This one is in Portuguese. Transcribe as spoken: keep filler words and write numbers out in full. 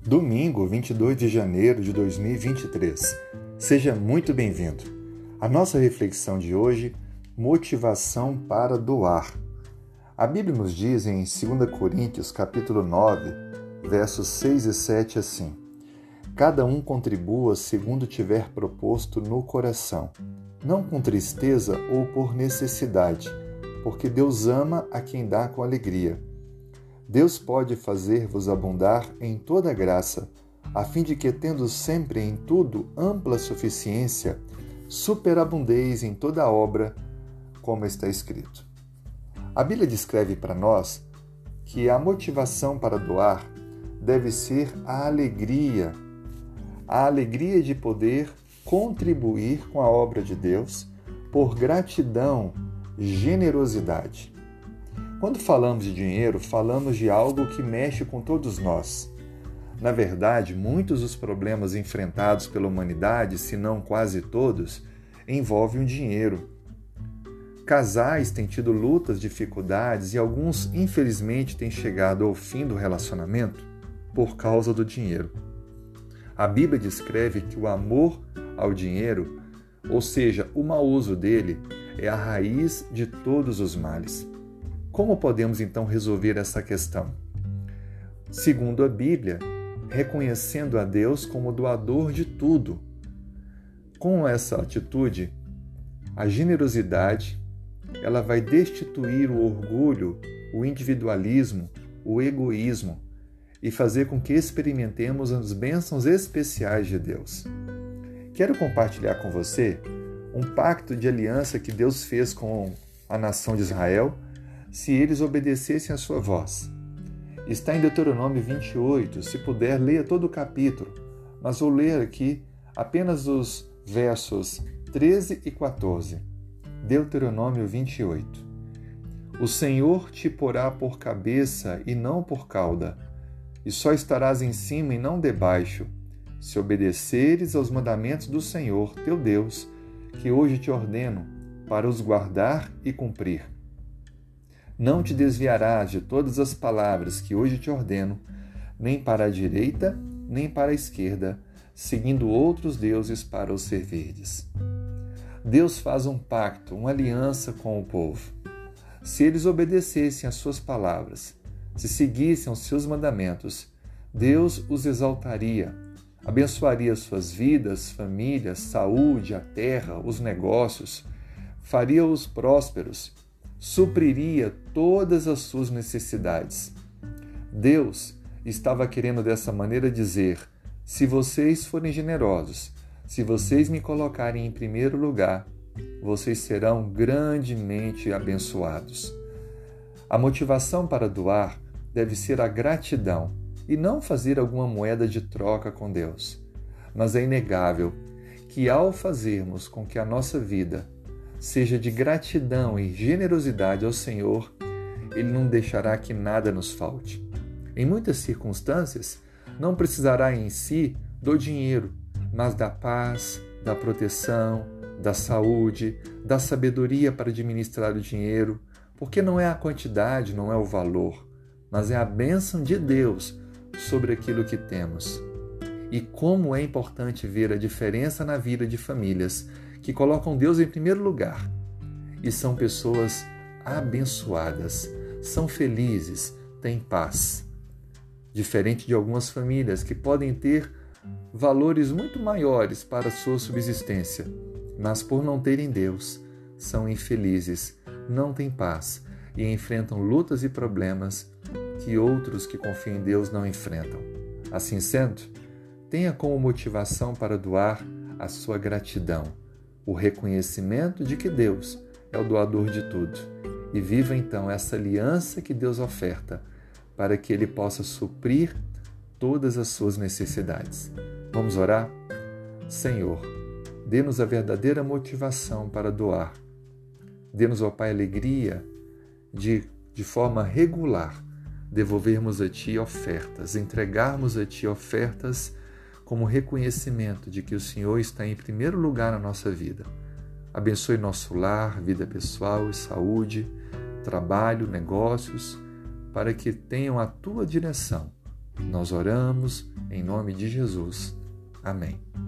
Domingo, vinte e dois de janeiro de dois mil e vinte e três. Seja muito bem-vindo. A nossa reflexão de hoje, motivação para doar. A Bíblia nos diz em dois Coríntios, capítulo nove, versos seis e sete assim: Cada um contribua segundo tiver proposto no coração, não com tristeza ou por necessidade, porque Deus ama a quem dá com alegria. Deus pode fazer-vos abundar em toda graça, a fim de que, tendo sempre em tudo ampla suficiência, superabundeis em toda obra, como está escrito. A Bíblia descreve para nós que a motivação para doar deve ser a alegria, a alegria de poder contribuir com a obra de Deus por gratidão, generosidade. Quando falamos de dinheiro, falamos de algo que mexe com todos nós. Na verdade, muitos dos problemas enfrentados pela humanidade, se não quase todos, envolvem o dinheiro. Casais têm tido lutas, dificuldades e alguns, infelizmente, têm chegado ao fim do relacionamento por causa do dinheiro. A Bíblia descreve que o amor ao dinheiro, ou seja, o mau uso dele, é a raiz de todos os males. Como podemos então resolver essa questão? Segundo a Bíblia, reconhecendo a Deus como doador de tudo. Com essa atitude, a generosidade, ela vai destituir o orgulho, o individualismo, o egoísmo e fazer com que experimentemos as bênçãos especiais de Deus. Quero compartilhar com você um pacto de aliança que Deus fez com a nação de Israel se eles obedecessem a sua voz. Está em Deuteronômio vinte e oito, se puder, leia todo o capítulo, mas vou ler aqui apenas os versos treze e quatorze. Deuteronômio vinte e oito. O Senhor te porá por cabeça e não por cauda, e só estarás em cima e não debaixo, se obedeceres aos mandamentos do Senhor, teu Deus, que hoje te ordeno, para os guardar e cumprir. Não te desviarás de todas as palavras que hoje te ordeno, nem para a direita, nem para a esquerda, seguindo outros deuses para os servirdes. Deus faz um pacto, uma aliança com o povo. Se eles obedecessem às suas palavras, se seguissem os seus mandamentos, Deus os exaltaria, abençoaria suas vidas, famílias, saúde, a terra, os negócios, faria-os prósperos, supriria todas as suas necessidades. Deus estava querendo dessa maneira dizer: se vocês forem generosos, se vocês me colocarem em primeiro lugar, vocês serão grandemente abençoados. A motivação para doar deve ser a gratidão e não fazer alguma moeda de troca com Deus. Mas é inegável que ao fazermos com que a nossa vida seja de gratidão e generosidade ao Senhor, Ele não deixará que nada nos falte. Em muitas circunstâncias, não precisará em si do dinheiro, mas da paz, da proteção, da saúde, da sabedoria para administrar o dinheiro, porque não é a quantidade, não é o valor, mas é a bênção de Deus sobre aquilo que temos. E como é importante ver a diferença na vida de famílias que colocam Deus em primeiro lugar e são pessoas abençoadas, são felizes, têm paz. Diferente de algumas famílias que podem ter valores muito maiores para a sua subsistência, mas por não terem Deus, são infelizes, não têm paz e enfrentam lutas e problemas que outros que confiam em Deus não enfrentam. Assim sendo, tenha como motivação para doar a sua gratidão, o reconhecimento de que Deus é o doador de tudo, e viva então essa aliança que Deus oferta para que Ele possa suprir todas as suas necessidades. Vamos orar? Senhor, dê-nos a verdadeira motivação para doar. Dê-nos, ó Pai, alegria de, de forma regular, devolvermos a Ti ofertas, entregarmos a Ti ofertas como reconhecimento de que o Senhor está em primeiro lugar na nossa vida. Abençoe nosso lar, vida pessoal e saúde, trabalho, negócios, para que tenham a Tua direção. Nós oramos Em nome de Jesus. Amém.